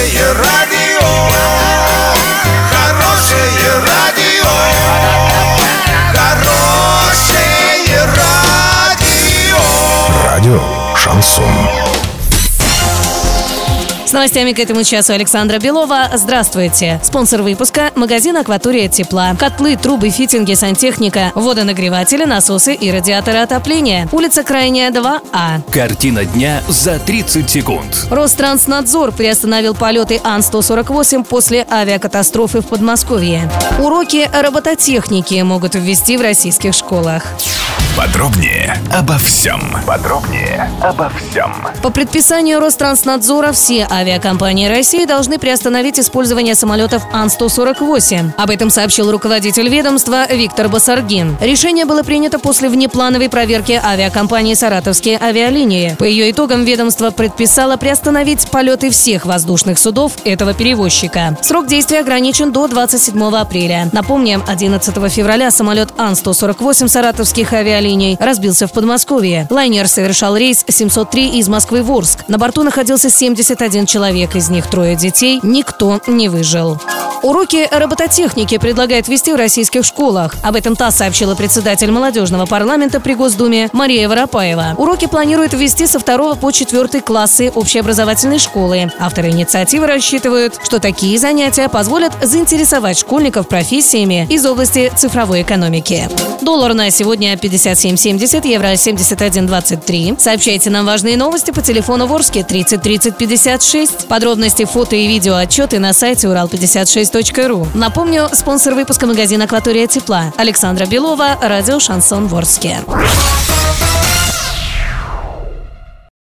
Хорошее радио, хорошее радио, хорошее радио. Радио «Шансон». С новостями к этому часу Александра Белова. Здравствуйте. Спонсор выпуска – магазин «Акватория тепла». Котлы, трубы, фитинги, сантехника, водонагреватели, насосы и радиаторы отопления. Улица Крайняя, 2А. Картина дня за 30 секунд. Ространснадзор приостановил полеты Ан-148 после авиакатастрофы в Подмосковье. Уроки робототехники могут ввести в российских школах. Подробнее обо всем. По предписанию Ространснадзора все авиакомпании России должны приостановить использование самолетов Ан-148. Об этом сообщил руководитель ведомства Виктор Басаргин. Решение было принято после внеплановой проверки авиакомпании «Саратовские авиалинии». По ее итогам ведомство предписало приостановить полеты всех воздушных судов этого перевозчика. Срок действия ограничен до 27 апреля. Напомним, 11 февраля самолет Ан-148 «Саратовских авиалиний» разбился в Подмосковье. Лайнер совершал рейс 703 из Москвы в Орск. На борту находился 71 человек, из них 3 детей. Никто не выжил. Уроки робототехники предлагают вести в российских школах. Об этом ТАСС сообщила председатель молодежного парламента при Госдуме Мария Воропаева. Уроки планируют ввести со 2 по 4 классы общеобразовательной школы. Авторы инициативы рассчитывают, что такие занятия позволят заинтересовать школьников профессиями из области цифровой экономики. Доллар на сегодня 57.70, евро 71.23. Сообщайте нам важные новости по телефону Ворске 30 30 56. Подробности, фото и видео отчеты на сайте урал56.ру. Напомню, спонсор выпуска — магазин «Акватория тепла». Александра Белова, радио «Шансон» Ворске.